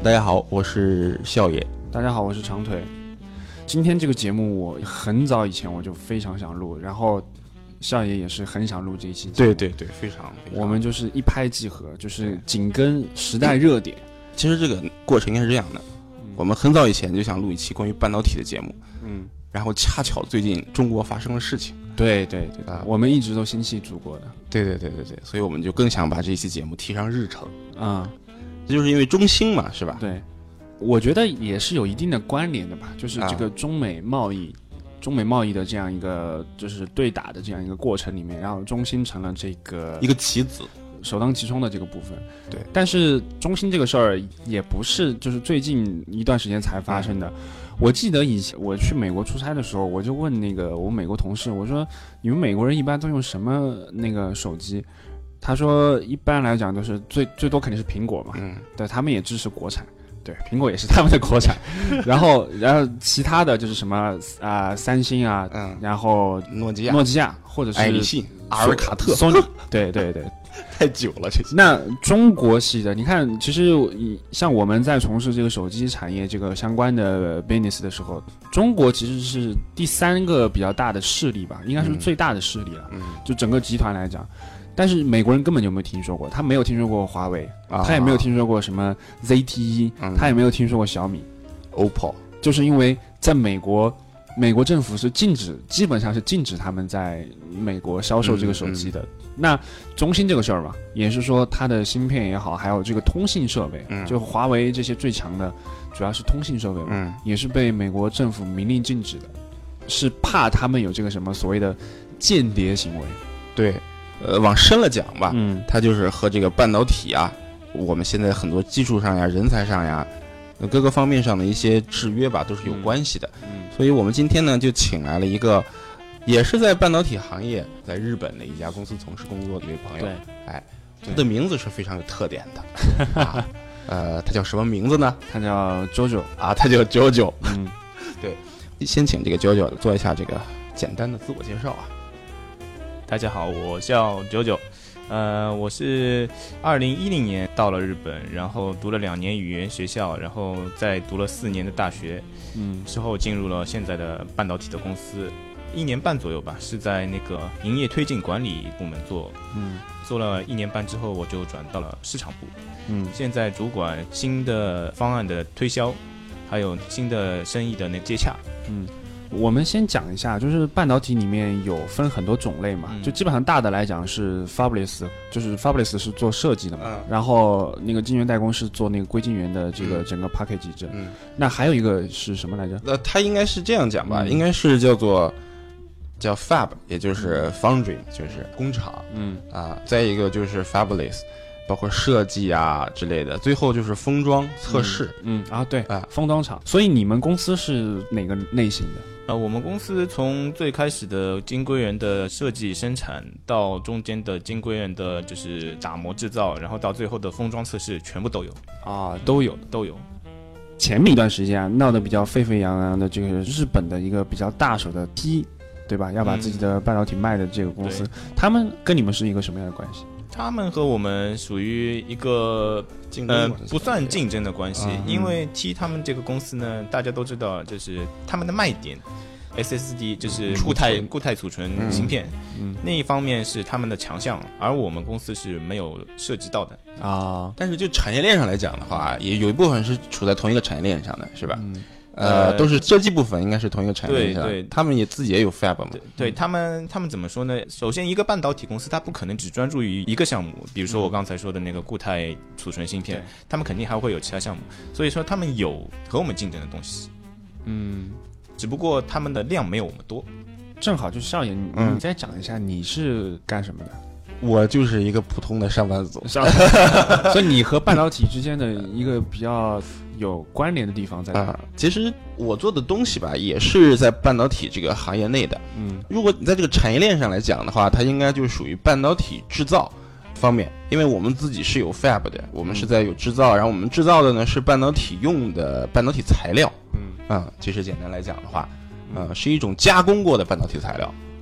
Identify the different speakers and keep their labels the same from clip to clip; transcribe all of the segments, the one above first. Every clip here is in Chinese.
Speaker 1: 大家好，我是笑爷。
Speaker 2: 大家好，我是长腿。今天这个节目我很早以前我就非常想录，然后笑爷也是很想录这一期节目。
Speaker 1: 对，非常。
Speaker 2: 我们就是一拍即合，就是紧跟时代热点。
Speaker 1: 其实这个过程应该是这样的，我们很早以前就想录一期关于半导体的节目，然后恰巧最近中国发生了事情。
Speaker 2: 对，我们一直都心系祖国的。
Speaker 1: 对，所以我们就更想把这一期节目提上日程。这就是因为中兴嘛，是吧？
Speaker 2: 对，我觉得也是有一定的关联的吧，就是这个中美贸易的这样一个就是对打的这样一个过程里面，然后中兴成了这个
Speaker 1: 一个棋子，
Speaker 2: 首当其冲的这个部分。
Speaker 1: 对，
Speaker 2: 但是中兴这个事儿也不是就是最近一段时间才发生的。我记得以前我去美国出差的时候，我就问那个我美国同事，我说你们美国人一般都用什么那个手机？他说一般来讲都是最多肯定是苹果嘛，对，他们也支持国产，对，苹果也是他们的国产，然后其他的就是什么三星啊，然后诺基亚或者是
Speaker 1: 爱立信、阿尔卡特、
Speaker 2: Sony， 对，
Speaker 1: 太久了这些。
Speaker 2: 那中国系的，你看，其实像我们在从事这个手机产业这个相关的 business 的时候，中国其实是第三个比较大的势力吧，应该是最大的势力了，就整个集团来讲。但是美国人根本就没有听说过，他没有听说过华为，他也没有听说过什么 ZTE，他也没有听说过小米、
Speaker 1: OPPO，
Speaker 2: 就是因为在美国政府是基本上是禁止他们在美国销售这个手机的。那中兴这个事儿嘛，也是说它的芯片也好，还有这个通信设备，就华为这些最强的，主要是通信设备嘛，也是被美国政府明令禁止的，是怕他们有这个什么所谓的间谍行为。
Speaker 1: 对。往深了讲吧，它就是和这个半导体啊，我们现在很多技术上呀、人才上呀，各个方面上的一些制约吧，都是有关系的。所以我们今天呢，就请来了一个，也是在半导体行业，在日本的一家公司从事工作的一位朋友。他的名字是非常有特点的。他叫什么名字呢？
Speaker 2: 他叫 JoJo
Speaker 1: 啊，他叫 JoJo。对，先请这个 JoJo 做一下这个简单的自我介绍啊。
Speaker 3: 大家好，我叫JoJo，我是2010年到了日本，然后读了2年语言学校，然后再读了4年的大学，之后进入了现在的半导体的公司，1年半左右吧，是在那个营业推进管理部门做，做了1年半之后，我就转到了市场部，现在主管新的方案的推销，还有新的生意的那个接洽，
Speaker 2: 我们先讲一下，就是半导体里面有分很多种类嘛，就基本上大的来讲是 Fabless， 就是 Fabless 是做设计的嘛，然后那个晶圆代工是做那个硅晶圆的这个整个 package 制，那还有一个是什么来着？
Speaker 1: 它应该是这样讲吧，应该是叫 Fab， 也就是 Foundry， 就是工厂，再一个就是 Fabless， 包括设计啊之类的，最后就是封装测试，
Speaker 2: 对，封装厂。所以你们公司是哪个类型的？
Speaker 3: 我们公司从最开始的晶硅圆的设计生产，到中间的晶硅圆的就是打磨制造，然后到最后的封装测试，全部都有
Speaker 2: 都有。前面一段时间闹得比较沸沸扬扬的这个日本的一个比较大手的 T， 对吧？要把自己的半导体卖的这个公司，他们跟你们是一个什么样的关系？
Speaker 3: 他们和我们属于一个不算竞争的关系，因为 T 他们这个公司呢，大家都知道，就是他们的卖点 SSD 就是固态储存芯片，那一方面是他们的强项，而我们公司是没有涉及到的
Speaker 1: 但是就产业链上来讲的话，也有一部分是处在同一个产业链上的，是吧？都是设计部分应该是同一个产业链上，对，他们自己也有 Fab 嘛。
Speaker 3: 对，他们怎么说呢？首先，一个半导体公司，它不可能只专注于一个项目，比如说我刚才说的那个固态储存芯片，他们肯定还会有其他项目，所以说他们有和我们竞争的东西，只不过他们的量没有我们多。
Speaker 2: 正好就是少爷，你再讲一下你是干什么的？
Speaker 1: 我就是一个普通的上班族，
Speaker 2: 所以你和半导体之间的一个比较有关联的地方在哪？
Speaker 1: 其实我做的东西吧，也是在半导体这个行业内的。如果你在这个产业链上来讲的话，它应该就属于半导体制造方面，因为我们自己是有 Fab 的，我们是在有制造，然后我们制造的呢是半导体用的半导体材料。其实简单来讲的话，是一种加工过的半导体材料。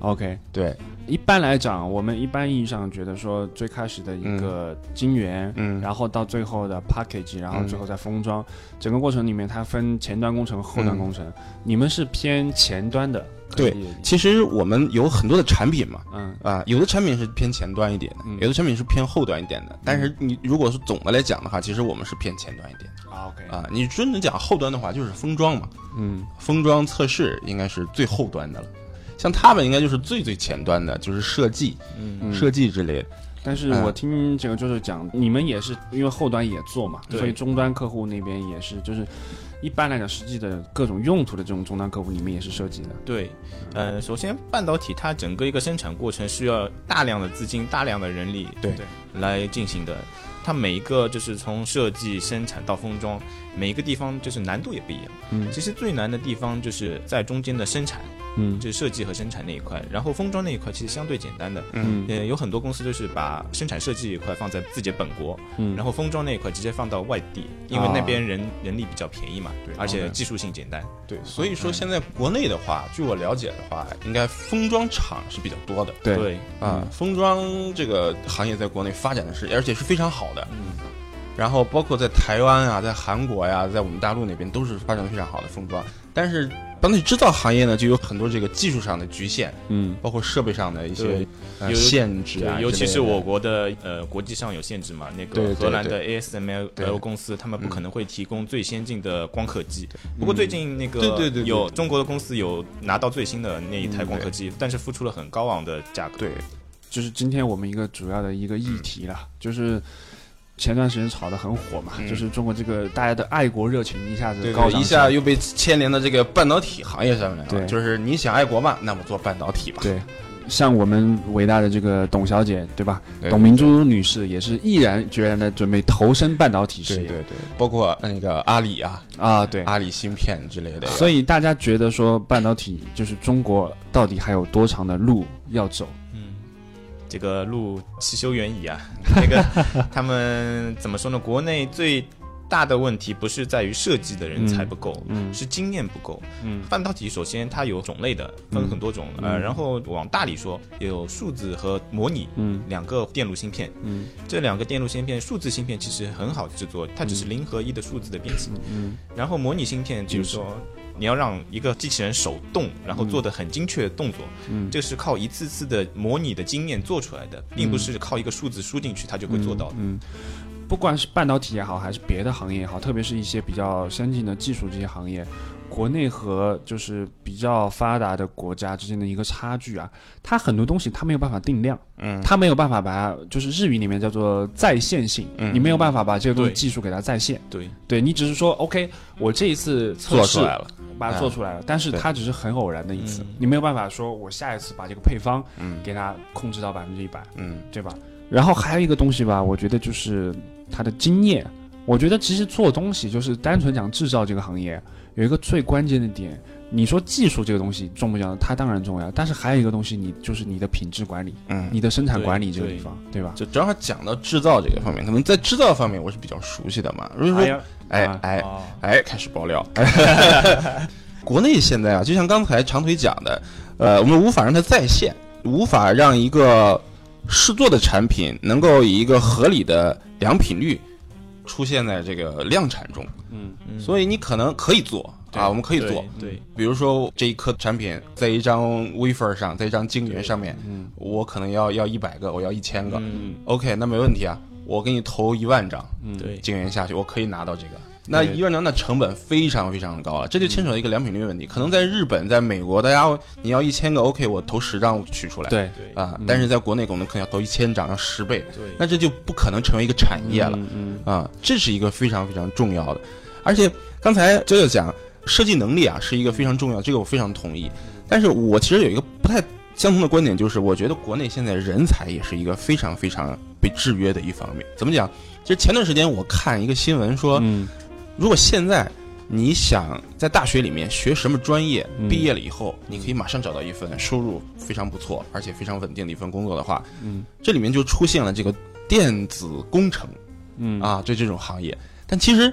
Speaker 2: OK，
Speaker 1: 对。
Speaker 2: 一般来讲，我们一般意义上觉得说，最开始的一个晶圆，然后到最后的 package， 然后最后再封装，整个过程里面它分前端工程、后端工程。你们是偏前端的？
Speaker 1: 对，其实我们有很多的产品嘛，有的产品是偏前端一点的，有的产品是偏后端一点的。但是你如果是总的来讲的话，其实我们是偏前端一点的。
Speaker 2: OK，
Speaker 1: 你真的讲后端的话，就是封装嘛，封装测试应该是最后端的了。像他们应该就是最前端的，就是设计，设计之类的。
Speaker 2: 但是我听这个就是讲，你们也是因为后端也做嘛，所以终端客户那边也是，就是一般来讲，实际的各种用途的这种终端客户，你们也是设计的。
Speaker 3: 对，首先半导体它整个一个生产过程需要大量的资金、大量的人力
Speaker 1: 对
Speaker 3: 来进行的。它每一个就是从设计、生产到封装，每一个地方就是难度也不一样。其实最难的地方就是在中间的生产。就是设计和生产那一块，然后封装那一块其实相对简单的，有很多公司就是把生产设计一块放在自己的本国，然后封装那一块直接放到外地，因为那边人力比较便宜嘛，对，而且技术性简单，
Speaker 1: 对，所以说现在国内的话，据我了解的话，应该封装厂是比较多的，
Speaker 2: 对
Speaker 1: 封装这个行业在国内发展的是，而且是非常好的，然后包括在台湾啊，在韩国呀，在我们大陆那边都是发展的非常好的封装，但是半导体制造行业呢，就有很多这个技术上的局限，包括设备上的一些限制啊，
Speaker 3: 尤其是我国的国际上有限制嘛，那个荷兰的 ASML 公司，他们不可能会提供最先进的光刻机。不过最近那个有中国的公司有拿到最新的那一台光刻机，但是付出了很高昂的价格。
Speaker 1: 对，
Speaker 2: 就是今天我们一个主要的一个议题了，就是前段时间炒得很火嘛，就是中国这个大家的爱国热情一下子高涨，
Speaker 1: 一下又被牵连到这个半导体行业上面了。对，就是你想爱国嘛，那么做半导体吧。
Speaker 2: 对，像我们伟大的这个董小姐，对吧？董明珠女士也是毅然决然的准备投身半导体事业。
Speaker 1: 对，包括那个阿里
Speaker 2: 对，
Speaker 1: 阿里芯片之类的。
Speaker 2: 所以大家觉得说半导体就是中国到底还有多长的路要走？
Speaker 3: 这个路其修远矣啊！那个他们怎么说呢？国内最大的问题不是在于设计的人才不够，是经验不够。半导体首先它有种类的，分很多种，然后往大里说，有数字和模拟，两个电路芯片。这两个电路芯片，数字芯片其实很好制作，它只是0和1的数字的变形。然后模拟芯片就是说，你要让一个机器人手动，然后做的很精确的动作，这是靠一次次的模拟的经验做出来的，并不是靠一个数字输进去它就会做到的。
Speaker 2: 不管是半导体也好，还是别的行业也好，特别是一些比较先进的技术这些行业，国内和就是比较发达的国家之间的一个差距啊，它很多东西它没有办法定量，它没有办法把它，就是日语里面叫做在线性，你没有办法把这个东西技术给它在线，对你只是说 OK， 我这一次测试
Speaker 1: 做出来了，
Speaker 2: 把它做出来了，但是它只是很偶然的一次，你没有办法说我下一次把这个配方给它控制到100%，对吧？然后还有一个东西吧，我觉得就是它的经验。我觉得其实做东西就是单纯讲制造这个行业，有一个最关键的点，你说技术这个东西重不重要？它当然重要，但是还有一个东西，你就是你的品质管理，你的生产管理这个地方，对吧？
Speaker 1: 就正好讲到制造这个方面，可能在制造方面我是比较熟悉的嘛。如果说，开始爆料。国内现在啊，就像刚才长腿讲的，我们无法让它在线，无法让一个试做的产品能够以一个合理的良品率出现在这个量产中，所以你可能可以做啊，我们可以做，
Speaker 3: 对，
Speaker 1: 比如说这一颗产品在一张 wafer 上，在一张晶圆上面，我可能要100个，我要1000个，OK， 那没问题啊，我给你投1万张晶圆下去，我可以拿到这个。那1万张的成本非常非常的高了，这就牵扯到一个良品率问题。可能在日本、在美国，大家你要1000个 OK， 我投10张取出来，
Speaker 2: 对
Speaker 1: 啊，但是在国内可能要投1000张，要10倍，那这就不可能成为一个产业了，啊，这是一个非常非常重要的。而且刚才就要讲设计能力啊，是一个非常重要的，这个我非常同意。但是我其实有一个不太相同的观点，就是我觉得国内现在人才也是一个非常非常被制约的一方面。怎么讲？其实前段时间我看一个新闻说，如果现在你想在大学里面学什么专业，毕业了以后你可以马上找到一份收入非常不错而且非常稳定的一份工作的话，这里面就出现了这个电子工程，啊，这种行业。但其实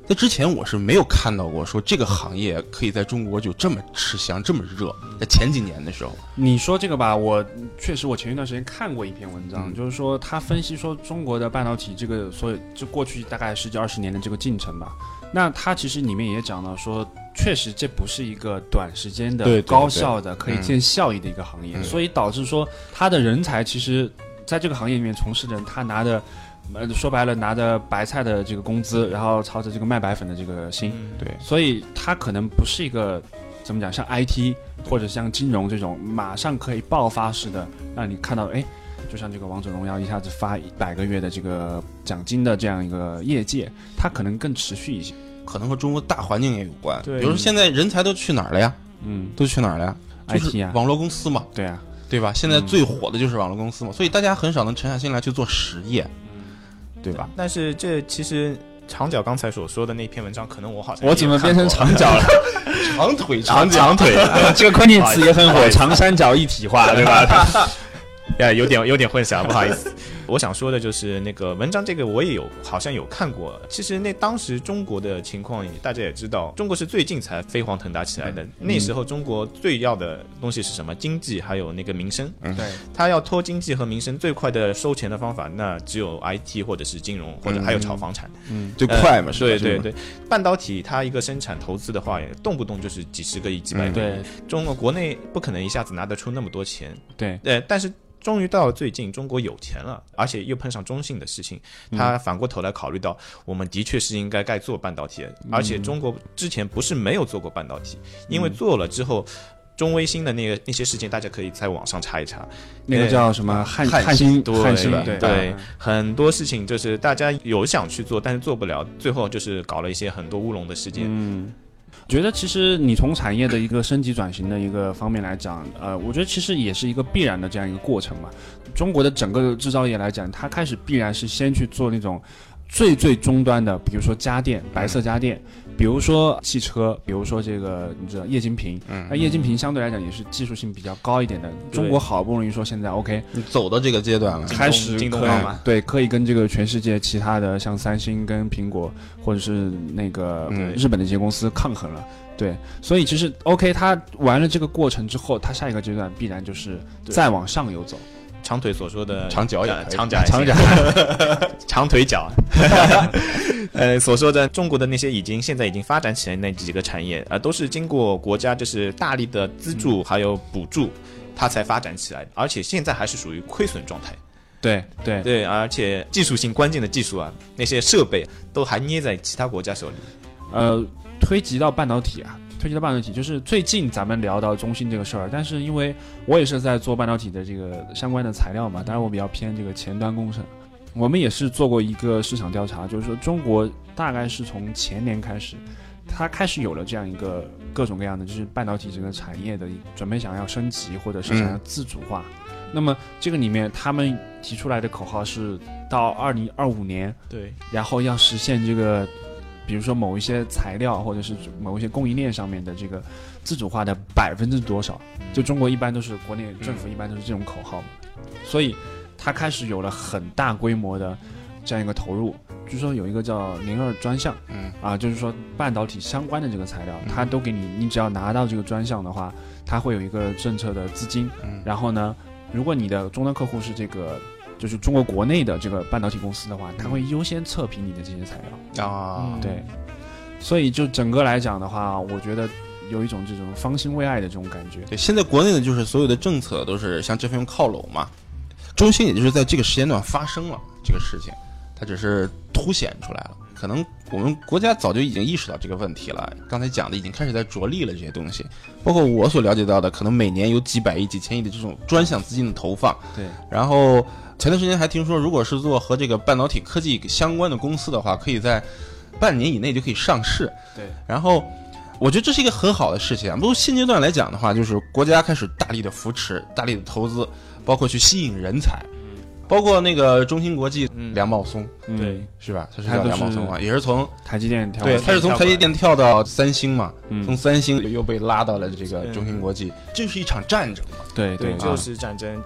Speaker 1: 在之前我是没有看到过说这个行业可以在中国就这么吃香这么热，在前几年的时候。
Speaker 2: 你说这个吧，我确实我前一段时间看过一篇文章，就是说他分析说中国的半导体这个所有就过去大概10几20年的这个进程吧，那他其实里面也讲到说，确实这不是一个短时间的高效的可以见效益的一个行业，所以导致说他的人才其实在这个行业里面从事的人，他拿的说白了拿着白菜的这个工资，然后操着这个卖白粉的这个心，
Speaker 1: 对，
Speaker 2: 所以他可能不是一个怎么讲，像 IT 或者像金融这种马上可以爆发式的让你看到，哎，就像这个王者荣耀一下子发100个月的这个奖金的这样一个业界，它可能更持续一些，
Speaker 1: 可能和中国大环境也有关。
Speaker 3: 对，
Speaker 1: 比如说现在人才都去哪儿了呀？都去哪儿了呀？就是
Speaker 2: IT 啊，
Speaker 1: 网络公司嘛。
Speaker 2: 对啊，
Speaker 1: 对吧？现在最火的就是网络公司嘛，所以大家很少能沉下心来去做实业，对吧？
Speaker 3: 但是这其实长脚刚才所说的那篇文章，可能我好像
Speaker 2: 我怎么变成长脚了？
Speaker 1: 长腿，
Speaker 3: 长腿，
Speaker 2: 这个关键词也很火，长三角一体化，对吧？
Speaker 3: 有点混淆，不好意思。我想说的就是那个文章，这个我也好像有看过。其实当时中国的情况，大家也知道，中国是最近才飞黄腾达起来的。那时候中国最要的东西是什么？经济还有那个民生。
Speaker 2: 对，
Speaker 3: 他要拖经济和民生最快的收钱的方法，那只有 IT 或者是金融，或者还有炒房产。
Speaker 1: 最快嘛，是吧？
Speaker 3: 对。半导体它一个生产投资的话，也动不动就是几十个亿、几百个亿。
Speaker 2: 对，
Speaker 3: 中国国内不可能一下子拿得出那么多钱。
Speaker 2: 对，
Speaker 3: 但是。终于到了最近，中国有钱了，而且又碰上中信的事情，他反过头来考虑到，我们的确是应该做半导体，而且中国之前不是没有做过半导体，因为做了之后，中微芯的那些事情，大家可以在网上查一查，
Speaker 2: 那个叫什么汉芯，
Speaker 3: 对，很多事情就是大家有想去做，但是做不了，最后就是搞了一些很多乌龙的事件。
Speaker 2: 觉得其实你从产业的一个升级转型的一个方面来讲，我觉得其实也是一个必然的这样一个过程嘛。中国的整个制造业来讲，它开始必然是先去做那种最终端的，比如说家电、白色家电，比如说汽车，比如说这个你知道液晶屏，那液晶屏相对来讲也是技术性比较高一点的。中国好不容易说现在 OK，
Speaker 1: 你走到这个阶段了，
Speaker 2: 开始可以跟这个全世界其他的像三星跟苹果或者是那个日本的这些公司抗衡了。对，所以其实 OK， 它完了这个过程之后，它下一个阶段必然就是再往上游走。
Speaker 3: 长腿所说的
Speaker 1: 长脚也
Speaker 3: 长腿脚所说的中国的那些现在已经发展起来那几个产业都是经过国家就是大力的资助还有补助，它才发展起来，而且现在还是属于亏损状态。对，而且技术性关键的技术那些设备都还捏在其他国家手里。
Speaker 2: 推及到半导体就是最近咱们聊到中芯这个事儿，但是因为我也是在做半导体的这个相关的材料嘛，当然我比较偏这个前端工程，我们也是做过一个市场调查，就是说中国大概是从前年开始，它开始有了这样一个各种各样的就是半导体这个产业的准备想要升级或者是想要自主化。那么这个里面他们提出来的口号是到2025年，
Speaker 3: 对，
Speaker 2: 然后要实现这个比如说某一些材料或者是某一些供应链上面的这个自主化的多少，就中国一般都是国内政府一般都是这种口号嘛，所以它开始有了很大规模的这样一个投入。据说有一个叫02专项，就是说半导体相关的这个材料，它都给你只要拿到这个专项的话，它会有一个政策的资金，然后呢，如果你的终端客户是这个就是中国国内的这个半导体公司的话，它会优先测评你的这些材料对，所以就整个来讲的话，我觉得有一种这种方兴未艾的这种感觉。
Speaker 1: 对，现在国内的就是所有的政策都是向这方面靠拢嘛，中芯也就是在这个时间段发生了这个事情，它只是凸显出来了。可能我们国家早就已经意识到这个问题了，刚才讲的已经开始在着力了这些东西，包括我所了解到的，可能每年有几百亿、几千亿的这种专项资金的投放。
Speaker 2: 对，
Speaker 1: 然后前段时间还听说，如果是做和这个半导体科技相关的公司的话，可以在半年以内就可以上市。
Speaker 2: 对，
Speaker 1: 然后我觉得这是一个很好的事情。不过现阶段来讲的话，就是国家开始大力的扶持、大力的投资，包括去吸引人才。包括那个中芯国际梁茂松，
Speaker 2: 对，
Speaker 1: 是吧？他是叫梁茂松啊，也是从
Speaker 2: 台积电跳，
Speaker 1: 对，他是从台积电跳到三星嘛，从三星又被拉到了这个中芯国际，这是一场战争嘛，
Speaker 2: 对，
Speaker 3: 就是战争。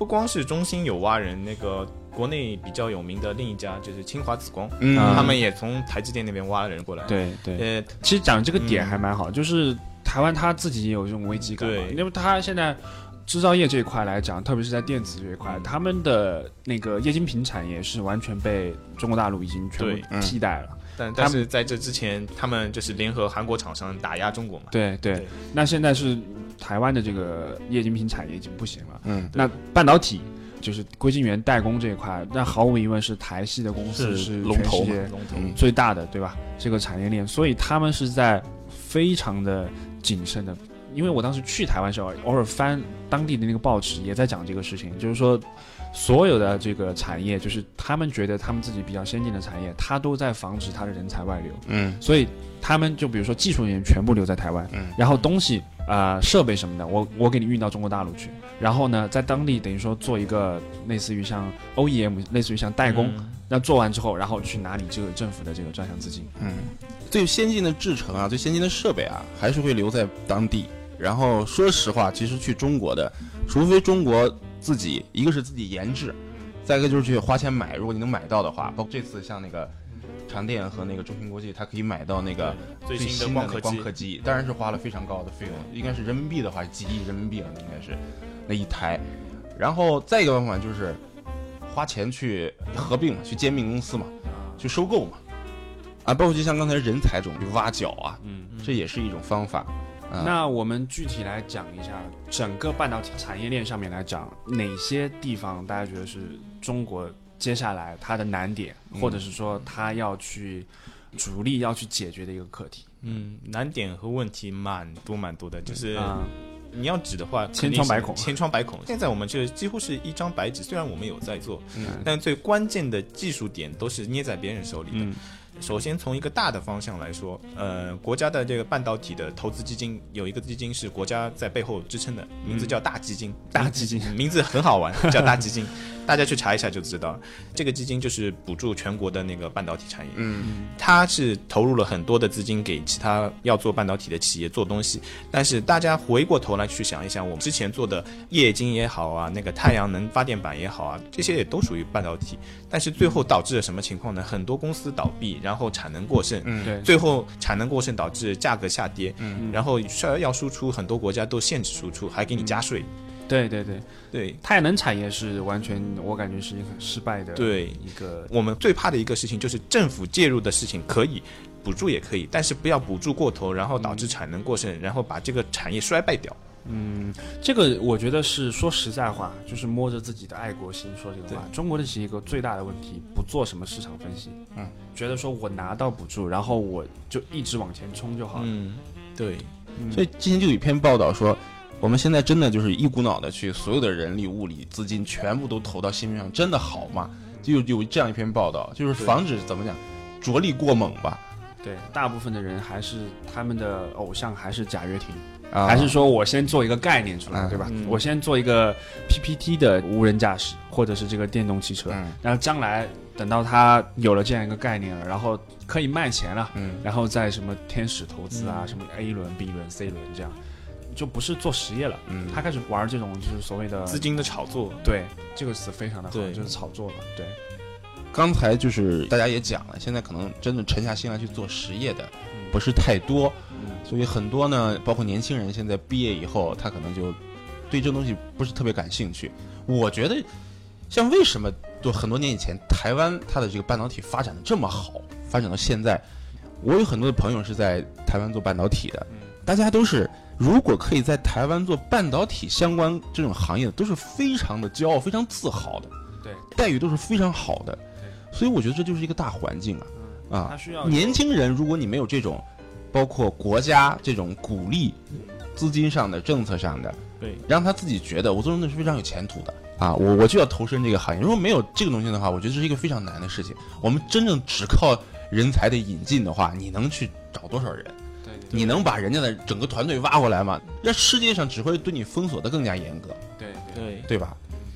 Speaker 3: 不光是中兴有挖人，那个国内比较有名的另一家就是清华紫光，他们也从台积电那边挖了人过来。
Speaker 2: 对对，其实讲这个点还蛮好，就是台湾他自己也有这种危机感嘛，因为他现在制造业这一块来讲，特别是在电子这一块，他们的那个液晶屏产业是完全被中国大陆已经全部替代了。
Speaker 3: 但是在这之前，他们就是联合韩国厂商打压中国嘛。
Speaker 2: 对，那现在是台湾的这个液晶屏产业已经不行了。那半导体就是硅晶圆代工这一块，那毫无疑问是台系的公司是
Speaker 1: 龙头
Speaker 2: 最大的，对吧？这个产业链，所以他们是在非常的谨慎的。因为我当时去台湾的时候，偶尔翻当地的那个报纸，也在讲这个事情，就是说所有的这个产业，就是他们觉得他们自己比较先进的产业，它都在防止它的人才外流。所以他们就比如说技术人员全部留在台湾，然后东西设备什么的，我给你运到中国大陆去，然后呢，在当地等于说做一个类似于像 OEM， 类似于像代工。那做完之后，然后去拿你这个政府的这个专项资金。
Speaker 1: 最先进的制程啊，最先进的设备啊，还是会留在当地。然后说实话，其实去中国的，除非中国自己，一个是自己研制，再一个就是去花钱买。如果你能买到的话，包括这次像那个长电和那个中芯国际，它可以买到那个最新的光刻机，当然是花了非常高的费用，应该是人民币的话几亿人民币了，应该是那一台。然后再一个办法就是花钱去合并嘛，去兼并公司嘛，去收购嘛，包括就像刚才人才这种去挖角啊，这也是一种方法。
Speaker 2: 那我们具体来讲一下，整个半导体产业链上面来讲，哪些地方大家觉得是中国接下来它的难点，或者是说它要去主力要去解决的一个课题？
Speaker 3: 难点和问题蛮多的，就是你要指的话，
Speaker 2: 千疮
Speaker 3: 百孔。现在我们就几乎是一张白纸，虽然我们有在做，但最关键的技术点都是捏在别人手里的。首先从一个大的方向来说，国家的这个半导体的投资基金有一个基金是国家在背后支撑的，名字叫大基金。
Speaker 2: 大基金
Speaker 3: 名字很好玩，叫大基金。大家去查一下就知道了。这个基金就是补助全国的那个半导体产业。它是投入了很多的资金给其他要做半导体的企业做东西，但是大家回过头来去想一想，我们之前做的液晶也好啊，那个太阳能发电板也好啊，这些也都属于半导体，但是最后导致了什么情况呢？很多公司倒闭，然后产能过剩，最后产能过剩导致价格下跌，然后要输出，很多国家都限制输出，还给你加税。对，
Speaker 2: 太阳能产业是完全我感觉是一个很失败的。
Speaker 3: 对，
Speaker 2: 一个
Speaker 3: 我们最怕的一个事情就是政府介入的事情可以补助也可以，但是不要补助过头，然后导致产能过剩，然后把这个产业衰败掉。
Speaker 2: 这个我觉得是说实在话，就是摸着自己的爱国心说这个话。中国的企业一个最大的问题，不做什么市场分析，觉得说我拿到补助，然后我就一直往前冲就好了。
Speaker 3: 对，
Speaker 1: 所以之前就有一篇报道说，我们现在真的就是一股脑的去所有的人力、物力、资金全部都投到芯片上，真的好吗？就有这样一篇报道，就是防止怎么讲，着力过猛吧。
Speaker 2: 对，大部分的人还是他们的偶像还是贾跃亭。还是说我先做一个概念出来，对吧？我先做一个 PPT 的无人驾驶，或者是这个电动汽车，然后将来等到它有了这样一个概念了，然后可以卖钱了，然后再什么天使投资啊，什么 A 轮、B 轮、C 轮这样，就不是做实业了。他开始玩这种就是所谓的
Speaker 3: 资金的炒作。
Speaker 2: 对，这个词非常的好，就是炒作了。对，
Speaker 1: 刚才就是大家也讲了，现在可能真的沉下心来去做实业的不是太多。所以很多呢，包括年轻人现在毕业以后，他可能就对这东西不是特别感兴趣。我觉得，像为什么就很多年以前台湾它的这个半导体发展的这么好，发展到现在，我有很多的朋友是在台湾做半导体的，大家都是如果可以在台湾做半导体相关这种行业的，都是非常的骄傲、非常自豪的，
Speaker 2: 对，
Speaker 1: 待遇都是非常好的。所以我觉得这就是一个大环境啊，
Speaker 2: 他需要
Speaker 1: 年轻人，如果你没有这种。包括国家这种鼓励、资金上的、政策上的，
Speaker 3: 对，
Speaker 1: 让他自己觉得我做的是非常有前途的啊！我就要投身这个行业。如果没有这个东西的话，我觉得这是一个非常难的事情。我们真正只靠人才的引进的话，你能去找多少人？
Speaker 2: 对，
Speaker 1: 你能把人家的整个团队挖过来吗？那世界上只会对你封锁的更加严格。
Speaker 2: 对
Speaker 1: 对吧？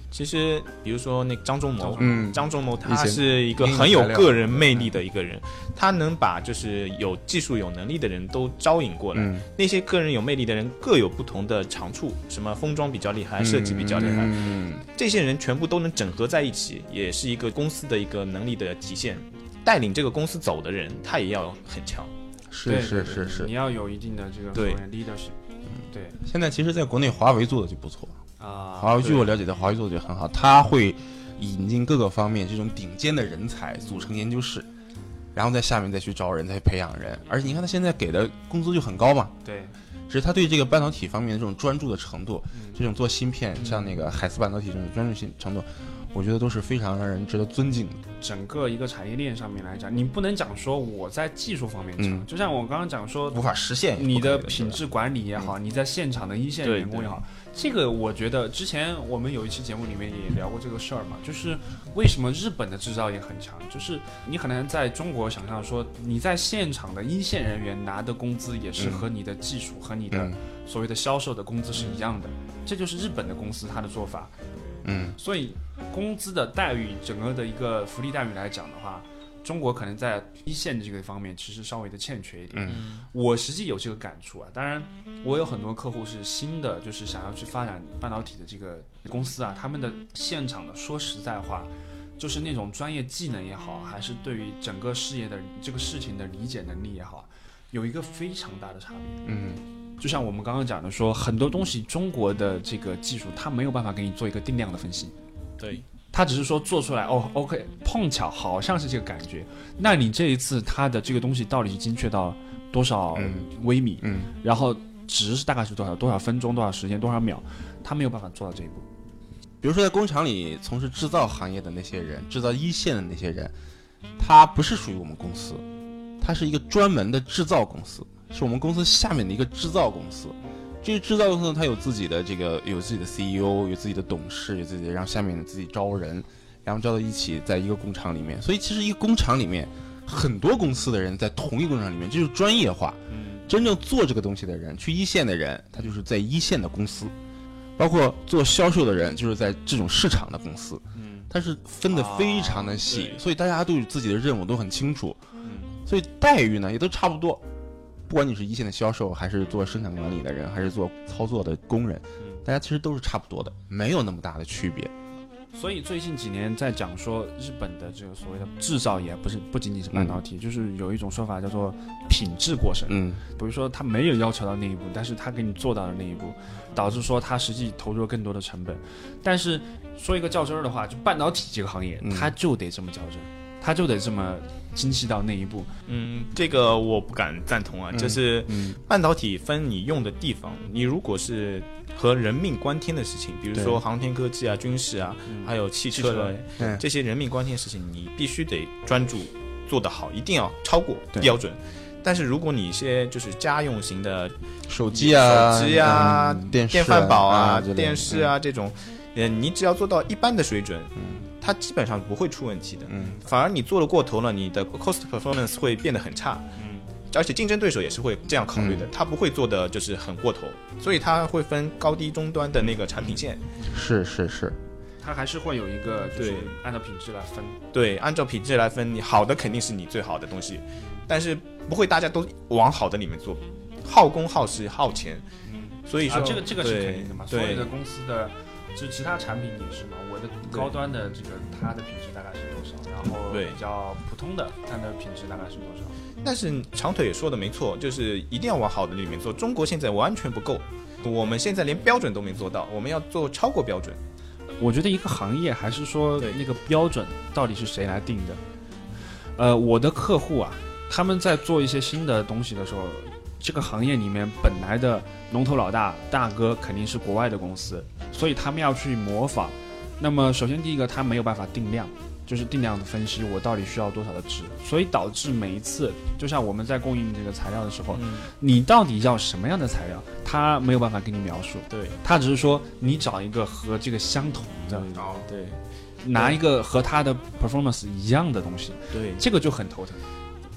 Speaker 3: 其实比如说那个张忠谋，张忠谋他是一个
Speaker 1: 以前
Speaker 3: 很有个人魅力的一个人，他能把就是有技术有能力的人都招引过来，那些个人有魅力的人各有不同的长处，什么封装比较厉害，设计比较厉害，这些人全部都能整合在一起，也是一个公司的一个能力的体现。带领这个公司走的人，他也要很强。
Speaker 1: 是，
Speaker 2: 你要有一定的这个
Speaker 3: 对
Speaker 2: leadership。对，
Speaker 1: 现在其实在国内华为做的就不错
Speaker 2: 啊。
Speaker 1: 华为据我了解的，华为做的就很好，他会引进各个方面这种顶尖的人才，组成研究室，然后在下面再去招人，再去培养人。而且你看他现在给的工资就很高嘛。
Speaker 2: 对。
Speaker 1: 只是他对这个半导体方面的这种专注的程度，这种做芯片，像那个海思半导体这种专注性程度，我觉得都是非常让人值得尊敬的。
Speaker 2: 整个一个产业链上面来讲，你不能讲说我在技术方面强，就像我刚刚讲说
Speaker 1: 无法实现
Speaker 2: 你的品质管理也好，你在现场的一线员工也好，这个我觉得之前我们有一期节目里面也聊过这个事儿嘛，就是为什么日本的制造业很强，就是你可能在中国想象说你在现场的一线人员拿的工资也是和你的技术和你的所谓的销售的工资是一样的，这就是日本的公司它的做法。所以工资的待遇，整个的一个福利待遇来讲的话，中国可能在一线这个方面其实稍微的欠缺一点。我实际有这个感触啊。当然，我有很多客户是新的，就是想要去发展半导体的这个公司啊，他们的现场的，说实在话，就是那种专业技能也好，还是对于整个事业的这个事情的理解能力也好，有一个非常大的差别。就像我们刚刚讲的说，很多东西中国的这个技术它没有办法给你做一个定量的分析，
Speaker 3: 对，
Speaker 2: 它只是说做出来OK 碰巧好像是这个感觉，那你这一次它的这个东西到底是精确到多少微米，然后值是大概是多少分钟多少时间多少秒，它没有办法做到这一步。
Speaker 1: 比如说在工厂里从事制造行业的那些人，制造一线的那些人，他不是属于我们公司，他是一个专门的制造公司，是我们公司下面的一个制造公司。这个制造公司它有自己的有自己的 CEO， 有自己的董事，有自己的让下面自己招人，然后招到一起在一个工厂里面。所以其实一个工厂里面很多公司的人在同一个工厂里面，这就是专业化。真正做这个东西的人，去一线的人，他就是在一线的公司，包括做销售的人，就是在这种市场的公司。它是分得非常的细，所以大家都有自己的任务都很清楚。所以待遇呢也都差不多。不管你是一线的销售，还是做生产管理的人，还是做操作的工人，大家其实都是差不多的，没有那么大的区别。
Speaker 2: 所以最近几年在讲说日本的这个所谓的制造业，不仅仅是半导体，就是有一种说法叫做品质过剩。比如说他没有要求到那一步，但是他给你做到了那一步，导致说他实际投入了更多的成本。但是说一个较真儿的话，就半导体这个行业，它就得这么较真，它就得这么精细到那一步。
Speaker 3: 这个我不敢赞同啊。就是半导体分你用的地方，你如果是和人命关天的事情，比如说航天科技啊、军事啊，还有汽车的这些人命关天的事情，你必须得专注做得好，一定要超过标准。但是如果你一些就是家用型的
Speaker 1: 手机啊、
Speaker 3: 电饭煲啊、电视啊这种，你只要做到一般的水准，它基本上不会出问题的。反而你做了过头了，你的 cost performance 会变得很差。而且竞争对手也是会这样考虑的，他不会做的就是很过头，所以他会分高低中端的那个产品线。
Speaker 1: 是，
Speaker 2: 它还是会有一个就是按照品质来分。
Speaker 3: 对，按照品质来分，你好的肯定是你最好的东西，但是不会大家都往好的里面做，耗工耗时耗钱。所以说
Speaker 2: 这个是肯定的嘛。所有的公司的就其他产品也是嘛，我的高端的这个它的品质大概是多少，然后比较普通的它的品质大概是多少。
Speaker 3: 但是长腿也说的没错，就是一定要往好的里面做。中国现在完全不够，我们现在连标准都没做到，我们要做超过标准。
Speaker 2: 我觉得一个行业还是说那个标准到底是谁来定的。我的客户啊，他们在做一些新的东西的时候，这个行业里面本来的龙头老大哥肯定是国外的公司，所以他们要去模仿。那么首先第一个，他没有办法定量，就是定量的分析我到底需要多少的值，所以导致每一次就像我们在供应这个材料的时候，你到底要什么样的材料，他没有办法给你描述。
Speaker 3: 对，
Speaker 2: 他只是说你找一个和这个相同的，
Speaker 3: 对，
Speaker 2: 拿一个和他的 performance 一样的东西，
Speaker 3: 对，
Speaker 2: 这个就很头疼。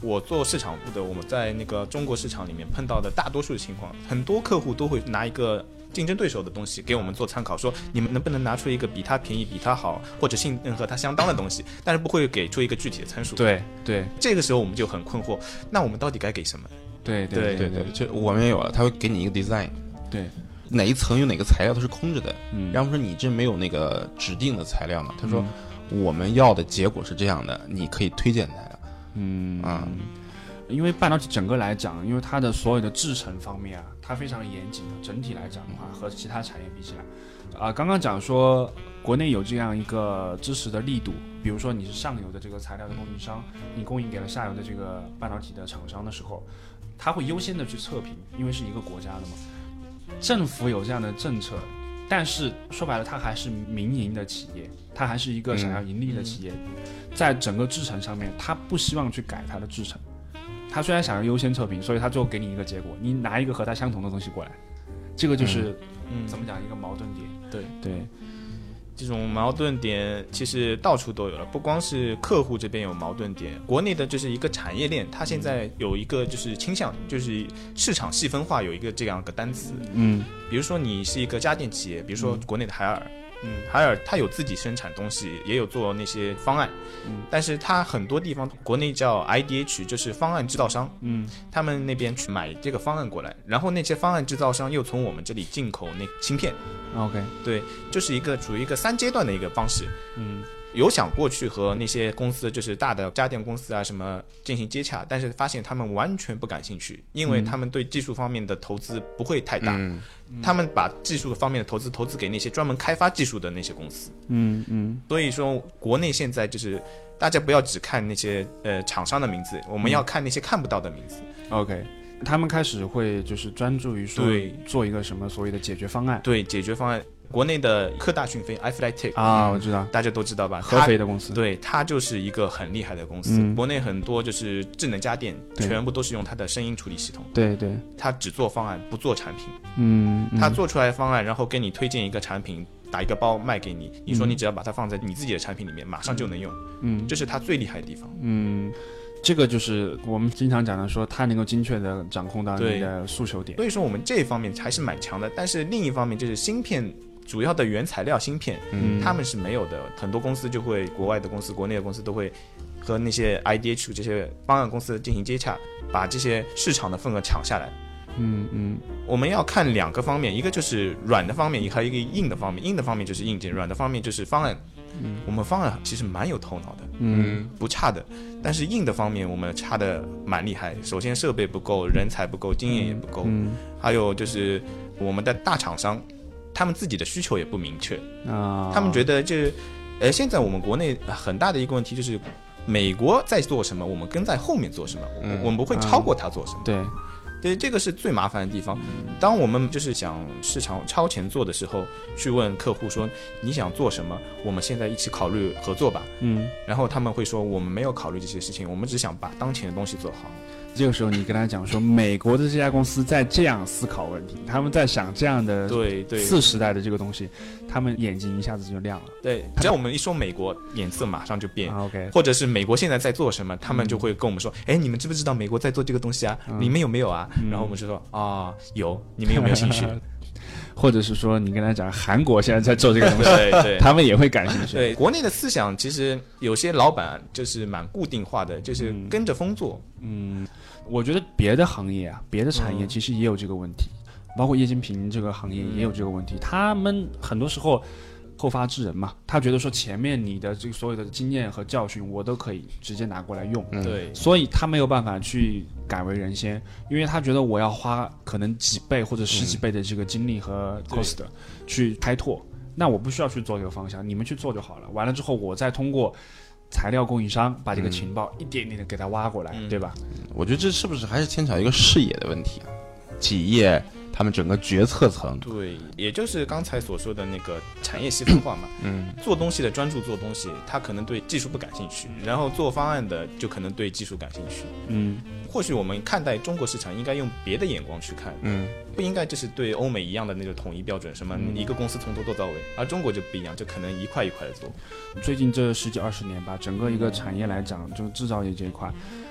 Speaker 3: 我做市场部的，我们在那个中国市场里面碰到的大多数的情况，很多客户都会拿一个竞争对手的东西给我们做参考，说你们能不能拿出一个比它便宜、比它好或者性能和它相当的东西，但是不会给出一个具体的参数。
Speaker 2: 对，
Speaker 3: 这个时候我们就很困惑，那我们到底该给什么？
Speaker 2: 对，
Speaker 1: 就我们也有了，他会给你一个 design，
Speaker 2: 对，
Speaker 1: 哪一层有哪个材料都是空着的，然后说你这没有那个指定的材料嘛？他说我们要的结果是这样的，你可以推荐材料。
Speaker 2: 因为半导体整个来讲，因为它的所有的制程方面啊，它非常严谨的。整体来讲的话，和其他产业比起来，刚刚讲说国内有这样一个支持的力度，比如说你是上游的这个材料的供应商，你供应给了下游的这个半导体的厂商的时候，它会优先的去测评，因为是一个国家的嘛。政府有这样的政策，但是说白了，它还是民营的企业，它还是一个想要盈利的企业，在整个制程上面，它不希望去改它的制程。他虽然想要优先测评，所以他就给你一个结果，你拿一个和他相同的东西过来，这个就是怎么讲一个矛盾点。对，
Speaker 3: 这种矛盾点其实到处都有了，不光是客户这边有矛盾点，国内的就是一个产业链，它现在有一个就是倾向，就是市场细分化有一个这样一个单词。比如说你是一个家电企业，比如说国内的海尔。海尔它有自己生产东西，也有做那些方案，但是它很多地方国内叫 IDH， 就是方案制造商，他们那边去买这个方案过来，然后那些方案制造商又从我们这里进口那芯片。
Speaker 2: OK，
Speaker 3: 对，就是属于一个3阶段的一个方式。有想过去和那些公司，就是大的家电公司啊什么进行接洽，但是发现他们完全不感兴趣，因为他们对技术方面的投资不会太大，他们把技术方面的投资给那些专门开发技术的那些公司。所以说国内现在就是大家不要只看那些厂商的名字，我们要看那些看不到的名字。
Speaker 2: OK， 他们开始会就是专注于说做一个什么所谓的解决方案。
Speaker 3: 对，解决方案。国内的科大讯飞 iFlytek
Speaker 2: 我知道，
Speaker 3: 大家都知道吧？
Speaker 2: 合肥的公司，
Speaker 3: 对，它就是一个很厉害的公司。国内很多就是智能家电，全部都是用它的声音处理系统。
Speaker 2: 对，
Speaker 3: 它只做方案，不做产品。它做出来的方案，然后给你推荐一个产品，打一个包卖给你。你说你只要把它放在你自己的产品里面，马上就能用。这是它最厉害的地方。
Speaker 2: 这个就是我们经常讲的，说它能够精确的掌控到你的诉求点。
Speaker 3: 所以说我们这一方面还是蛮强的，但是另一方面就是芯片。主要的原材料芯片，他们是没有的。很多公司就会，国外的公司、国内的公司都会和那些 IDH 这些方案公司进行接洽，把这些市场的份额抢下来。我们要看2个方面，一个就是软的方面，还有一个硬的方面。硬的方面就是硬件，软的方面就是方案。我们方案其实蛮有头脑的，不差的。但是硬的方面我们差的蛮厉害。首先设备不够，人才不够，经验也不够，还有就是我们的大厂商。他们自己的需求也不明确他们觉得现在我们国内很大的一个问题就是，美国在做什么，我们跟在后面做什么，我们不会超过他做什么。对，这个是最麻烦的地方。当我们就是想市场超前做的时候，去问客户说你想做什么，我们现在一起考虑合作吧。然后他们会说我们没有考虑这些事情，我们只想把当前的东西做好。
Speaker 2: 这个时候你跟他讲说，美国的这家公司在这样思考问题，他们在想这样的次时代的这个东西，他们眼睛一下子就亮了。
Speaker 3: 对，只要我们一说美国，脸色马上就变。
Speaker 2: OK，
Speaker 3: 或者是美国现在在做什么，他们就会跟我们说，你们知不知道美国在做这个东西啊？你们有没有啊？然后我们就说有，你们有没有兴趣？
Speaker 2: 或者是说你跟他讲韩国现在在做这个东西，
Speaker 3: 对，
Speaker 2: 他们也会感兴趣。
Speaker 3: 对，国内的思想其实有些老板就是蛮固定化的，就是跟着风做。
Speaker 2: 我觉得别的行业啊，别的产业其实也有这个问题，包括液晶屏这个行业也有这个问题。他们很多时候后发制人嘛，他觉得说前面你的这个所有的经验和教训我都可以直接拿过来用，
Speaker 3: 对，
Speaker 2: 所以他没有办法去改为人先，因为他觉得我要花可能几倍或者10几倍的这个精力和 cost 去开拓，那我不需要去做这个方向，你们去做就好了。完了之后，我再通过材料供应商把这个情报一点点的给它挖过来，对吧？
Speaker 1: 我觉得这是不是还是牵扯一个视野的问题啊？企业他们整个决策层，
Speaker 3: 对，也就是刚才所说的那个产业细分化嘛。做东西的专注做东西，他可能对技术不感兴趣，然后做方案的就可能对技术感兴趣。或许我们看待中国市场应该用别的眼光去看，不应该就是对欧美一样的那种统一标准，什么一个公司从头做到尾，而中国就不一样，就可能一块一块的做。
Speaker 2: 最近这10几20年吧，整个一个产业来讲，就制造业这一块，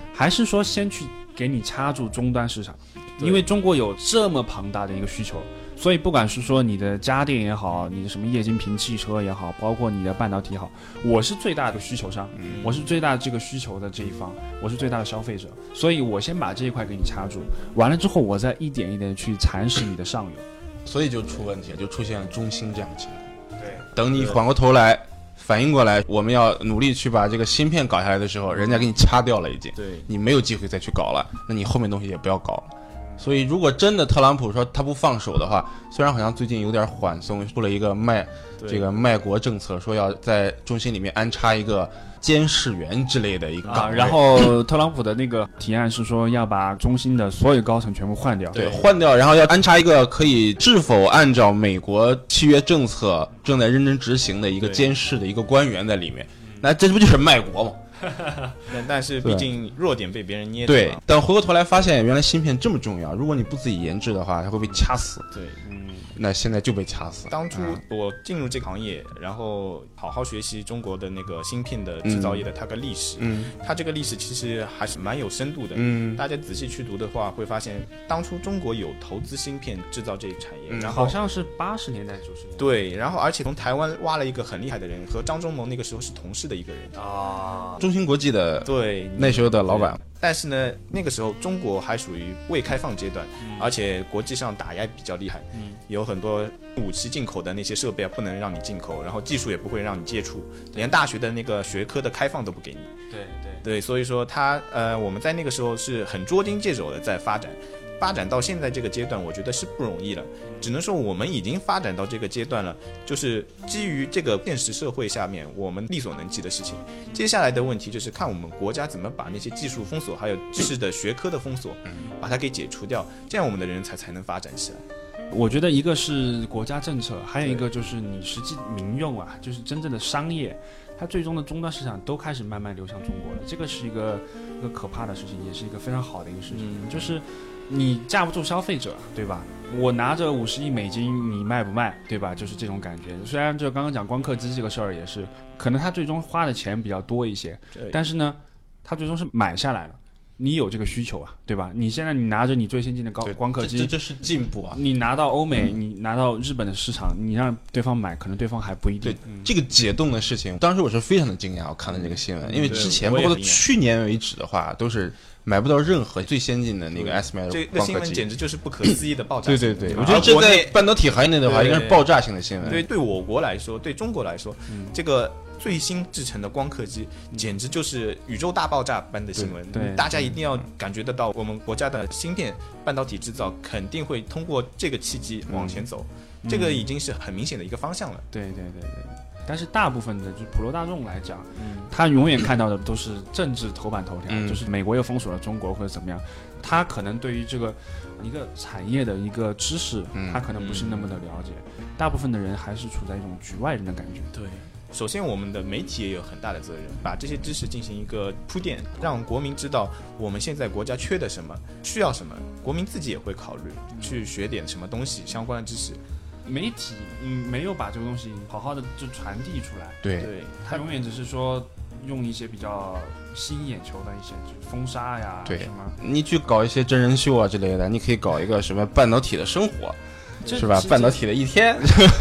Speaker 2: 还是说先去给你掐住终端市场？因为中国有这么庞大的一个需求，所以不管是说你的家电也好，你的什么液晶屏汽车也好，包括你的半导体也好，我是最大的需求商，我是最大的这个需求的这一方，我是最大的消费者，所以我先把这一块给你掐住，完了之后我再一点一点去蚕食你的上游，
Speaker 1: 所以就出问题，就出现了中兴这样的情况。
Speaker 3: 对，
Speaker 1: 等你缓过头来反应过来，我们要努力去把这个芯片搞下来的时候，人家给你掐掉了已经，
Speaker 3: 对，
Speaker 1: 你没有机会再去搞了，那你后面东西也不要搞了。所以如果真的特朗普说他不放手的话，虽然好像最近有点缓松，出了一个卖国政策，说要在中心里面安插一个监视员之类的一个岗位，
Speaker 2: 然后特朗普的那个提案是说要把中兴的所有高层全部换掉，
Speaker 1: 对，换掉，然后要安插一个可以是否按照美国契约政策正在认真执行的一个监视的一个官员在里面，那这不就是卖国吗？
Speaker 3: 但是毕竟弱点被别人捏住了。
Speaker 1: 对，等回过头来发现原来芯片这么重要，如果你不自己研制的话，它会被掐死。
Speaker 3: 对，
Speaker 1: 那现在就被掐死。
Speaker 3: 当初我进入这个行业，然后好好学习中国的那个芯片的制造业的它个历史，它这个历史其实还是蛮有深度的。大家仔细去读的话，会发现当初中国有投资芯片制造这一产业，然后
Speaker 2: 好像是80年代90年代。
Speaker 3: 对，然后而且从台湾挖了一个很厉害的人，和张忠谋那个时候是同事的一个人
Speaker 2: 啊，
Speaker 1: 中芯国际的
Speaker 3: 对
Speaker 1: 那时候的老板。
Speaker 3: 但是呢，那个时候中国还属于未开放阶段，而且国际上打压比较厉害，有很多武器进口的那些设备不能让你进口，然后技术也不会让你接触，连大学的那个学科的开放都不给你。对，所以说我们在那个时候是很捉襟见肘的在发展到现在这个阶段，我觉得是不容易了。只能说我们已经发展到这个阶段了，就是基于这个现实社会下面我们力所能及的事情。接下来的问题就是看我们国家怎么把那些技术封锁还有知识的学科的封锁把它给解除掉，这样我们的人才能发展起来。
Speaker 2: 我觉得一个是国家政策，还有一个就是你实际民用啊，就是真正的商业，它最终的终端市场都开始慢慢流向中国了。这个是一个可怕的事情，也是一个非常好的一个事情，就是你架不住消费者，对吧？我拿着50亿美金，你卖不卖，对吧？就是这种感觉。虽然就刚刚讲光刻机这个事儿也是，可能他最终花的钱比较多一些，但是呢，他最终是买下来了。你有这个需求啊，对吧？你现在你拿着你最先进的光刻机，
Speaker 1: 这是进步啊！
Speaker 2: 你拿到欧美，你拿到日本的市场，你让对方买，可能对方还不一定。
Speaker 1: 对，这个解冻的事情，当时我是非常的惊讶，我看了这个新闻，因为之前包括去年为止的话，都是买不到任何最先进的那个 SMI 的光刻机。
Speaker 3: 这个新闻简直就是不可思议的爆炸
Speaker 1: 性。对，我觉得这在半导体行业内的话，应该是爆炸性的新闻。
Speaker 3: 对我国来说，对中国来说，这个最新制成的光刻机简直就是宇宙大爆炸般的新闻。
Speaker 2: 对，
Speaker 3: 大家一定要感觉得到，我们国家的芯片半导体制造肯定会通过这个契机往前走，这个已经是很明显的一个方向了。
Speaker 2: 对。但是大部分的就是普罗大众来讲，他永远看到的都是政治头版头条，就是美国又封锁了中国或者怎么样，他可能对于这个一个产业的一个知识，他可能不是那么的了解。大部分的人还是处在一种局外人的感觉。
Speaker 3: 对。首先我们的媒体也有很大的责任，把这些知识进行一个铺垫，让国民知道我们现在国家缺的什么，需要什么，国民自己也会考虑去学点什么东西相关的知识。
Speaker 2: 媒体没有把这个东西好好的就传递出来，
Speaker 1: 对，
Speaker 2: 他永远只是说用一些比较吸引眼球的一些封杀呀，
Speaker 1: 对
Speaker 2: 什么，
Speaker 1: 你去搞一些真人秀啊之类的，你可以搞一个什么半导体的生活，是吧？半导体的一天。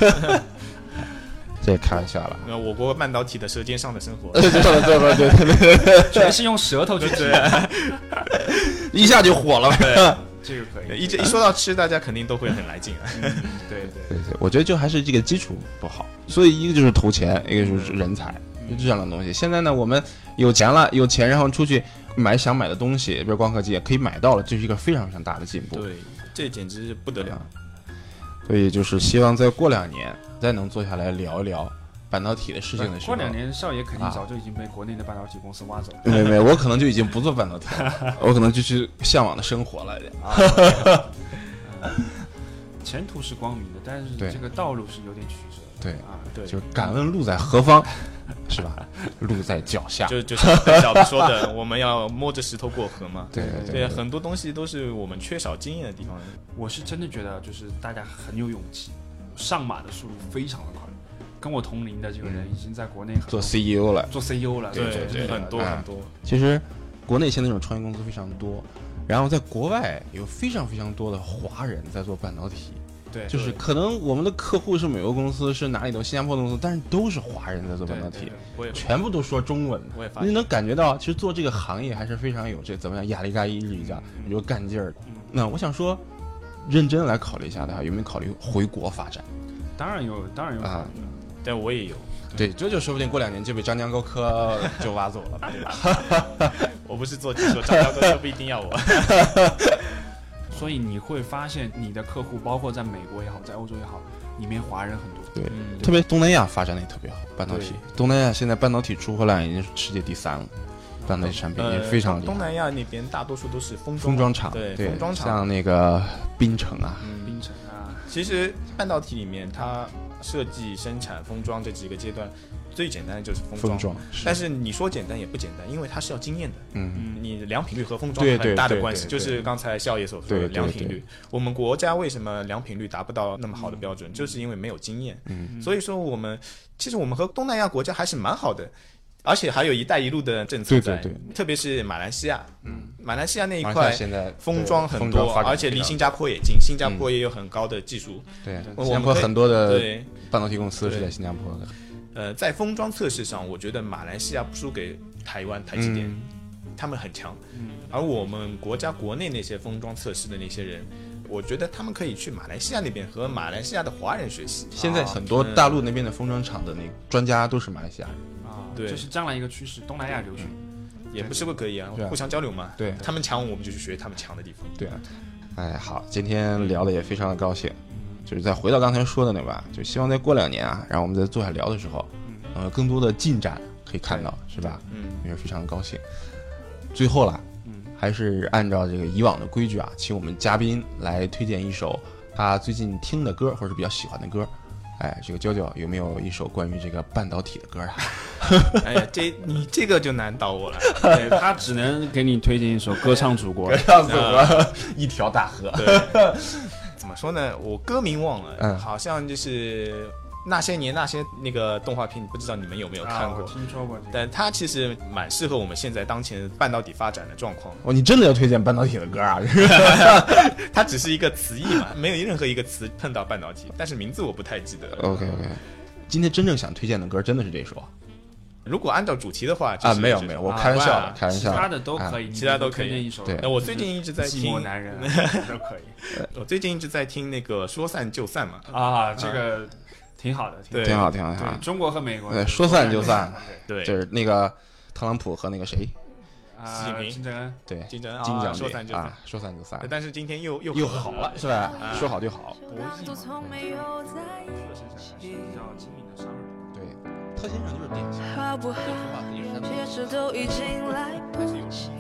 Speaker 1: 这也开玩笑了。
Speaker 3: 我国半导体的舌尖上的生活，
Speaker 1: 对，
Speaker 2: 全是用舌头去吃，
Speaker 1: 一下就火了。
Speaker 3: 对，
Speaker 2: 这个可以。
Speaker 3: 一说到吃，大家肯定都会很来劲。
Speaker 2: 对，
Speaker 1: 我觉得就还是这个基础不好，所以一个就是投钱，一个就是人才，就这样的东西。现在呢，我们有钱了，有钱然后出去买想买的东西，比如光刻机也可以买到了，这是一个非常非常大的进步。
Speaker 3: 对，这简直是不得了。
Speaker 1: 所以就是希望再过2年再能坐下来聊一聊半导体的事情的时候。
Speaker 2: 过2年少爷肯定早就已经被国内的半导体公司挖走了。
Speaker 1: 没，我可能就已经不做半导体了，我可能就去向往的生活了。
Speaker 2: 前途是光明的，但是这个道路是有点曲折的。
Speaker 1: 对，就敢问路在何方，是吧？路在脚下。
Speaker 3: 就像小子说的，我们要摸着石头过河嘛。
Speaker 1: 对，
Speaker 3: 很多东西都是我们缺少经验的地方。
Speaker 2: 我是真的觉得，就是大家很有勇气，上马的速度非常的快。跟我同龄的这个人已经在国内
Speaker 1: 做 CEO 了，
Speaker 2: 对，
Speaker 3: 很多。
Speaker 1: 其实国内现在这种创业公司非常多，然后在国外有非常非常多的华人在做半导体。
Speaker 3: 对，
Speaker 1: 就是可能我们的客户是美国公司，是哪里的新加坡的公司，但是都是华人在做半导体，全部都说中文。你能感觉到，其实做这个行业还是非常有这怎么样亚力嘎一日一家有干劲儿。那我想说，认真来考虑一下的话，有没有考虑回国发展？
Speaker 2: 当然有啊，
Speaker 3: 但我也有。
Speaker 1: 对，这就说不定过2年就被张江高科就挖走了，对吧？
Speaker 3: 我不是做技术，张江高科不一定要我。
Speaker 2: 所以你会发现，你的客户包括在美国也好，在欧洲也好，里面华人很多。
Speaker 1: 对，特别东南亚发展的也特别好，半导体。东南亚现在半导体出货量已经是世界第3了，半导体产品也非常厉害。
Speaker 3: 东南亚那边大多数都是封
Speaker 1: 装厂，
Speaker 3: 对，
Speaker 1: 封
Speaker 3: 装厂，
Speaker 1: 像那个槟城啊，
Speaker 2: 槟城啊。
Speaker 3: 其实半导体里面，它设计、生产、封装这几个阶段。最简单的就是封装，但是你说简单也不简单，因为它是要经验的。你良品率和封装有很大的关系，就是刚才少爷所说的良品率。我们国家为什么良品率达不到那么好的标准，就是因为没有经验。所以说其实我们和东南亚国家还是蛮好的，而且还有一带一路的政策在，特别是马来西亚。马来西亚那一块封装很多，而且离新加坡也近，新加坡也有很高的技术。
Speaker 1: 对，新加坡很多的半导体公司是在新加坡的。
Speaker 3: 在封装测试上，我觉得马来西亚不输给台湾、台积电，他们很强。而我们国家国内那些封装测试的那些人，我觉得他们可以去马来西亚那边和马来西亚的华人学习。
Speaker 1: 现在很多大陆那边的封装厂的那专家都是马来西亚人
Speaker 2: 对，这是将来一个趋势，东南亚流行
Speaker 3: 也不是不可以啊，互相交流嘛。
Speaker 1: 对，
Speaker 3: 他们强，我们就去学他们强的地方。
Speaker 1: 对啊，好，今天聊的也非常的高兴。就是再回到刚才说的那吧，就希望再过2年啊，然后我们再坐下聊的时候，更多的进展可以看到，是吧？也是非常的高兴。最后了，还是按照这个以往的规矩啊，请我们嘉宾来推荐一首他最近听的歌，或者是比较喜欢的歌。这个啾啾有没有一首关于这个半导体的歌啊？
Speaker 3: 哎呀，你这个就难倒我了。
Speaker 2: 对，他只能给你推荐一首《歌唱祖国》。
Speaker 1: 歌唱祖国，一条大河。
Speaker 3: 对。怎么说呢？我歌名忘了，好像就是那些年那些那个动画片，不知道你们有没有看过？
Speaker 2: 听说过，
Speaker 3: 但它其实蛮适合我们现在当前半导体发展的状况。
Speaker 1: 你真的要推荐半导体的歌啊？
Speaker 3: 它只是一个词义嘛，没有任何一个词碰到半导体，但是名字我不太记得了。
Speaker 1: OK， 今天真正想推荐的歌真的是这首。
Speaker 3: 如果按照主题的话，
Speaker 1: 没有，我开玩笑，开玩笑，
Speaker 2: 其他的都可以，
Speaker 3: 其他都可以。
Speaker 2: 一首。
Speaker 1: 对，
Speaker 3: 我最近一直在听
Speaker 2: 寂寞男人都可以。
Speaker 3: 我最近一直在听那个说散就散嘛。
Speaker 2: 这个挺好的，
Speaker 1: 挺好。
Speaker 2: 中国和美国，
Speaker 1: 说散就散，
Speaker 3: 对，
Speaker 1: 就是那个特朗普和那个谁，
Speaker 3: 习近平，
Speaker 2: 金正恩，
Speaker 1: 对，
Speaker 3: 金正恩
Speaker 1: 说散就散，说散就散。
Speaker 3: 但是今天又
Speaker 1: 好了，是吧？说好就好。特先生就是典型的，好不好？其实都已经来不及。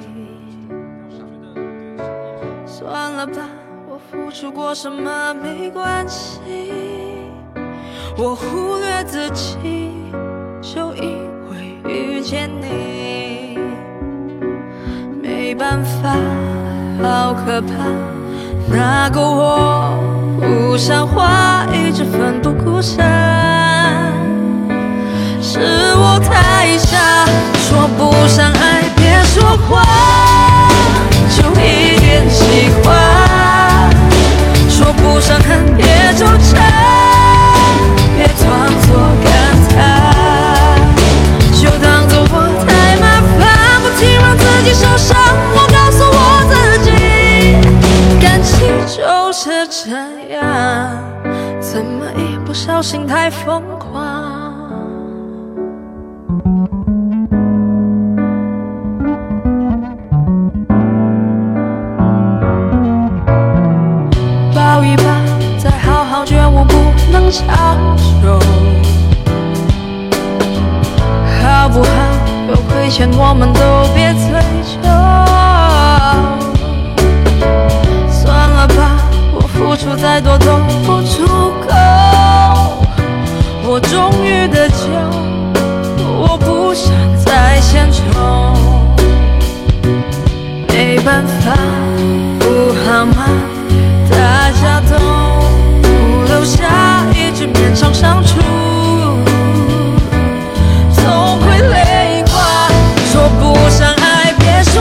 Speaker 1: 算了吧，我付出过什么没关系，我忽略自己，就因为遇见你。没办法，好可怕，那个我不像话，一直奋不顾身。是我太傻，说不上爱别说谎，就一点喜欢，说不上恨别纠缠，别装作感叹，就当作我太麻烦，不停让自己受伤。我告诉我自己，感情就是这样，怎么一不小心太疯狂。觉悟不能强求，好不好？有亏欠我们都别追究。算了吧，我付出再多都不足够。我终于得救，我不想再献丑。没办法，不好吗？大家都留下一直勉强相处，总会累垮。说不上爱别说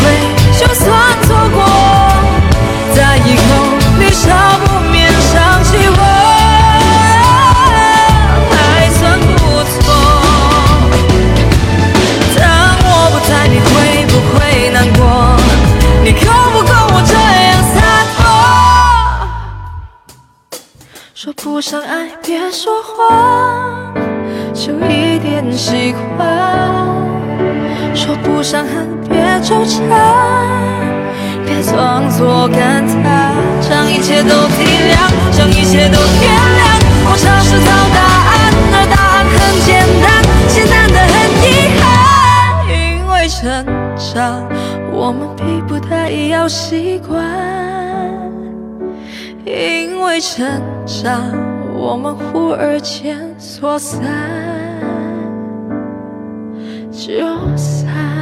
Speaker 4: 会，就算错过，在以后你少不免想起我，还算不错。当我不在，你会不会难过？你够不够我这样洒脱？说不上爱，别说谎，就一点习惯。说不上恨，别纠缠，别装作感叹，将一切都体谅，将一切都原谅。我尝试找答案，而答案很简单，简单的很遗憾。因为成长，我们逼不得已要习惯。因为成长，我们忽而间说散就散。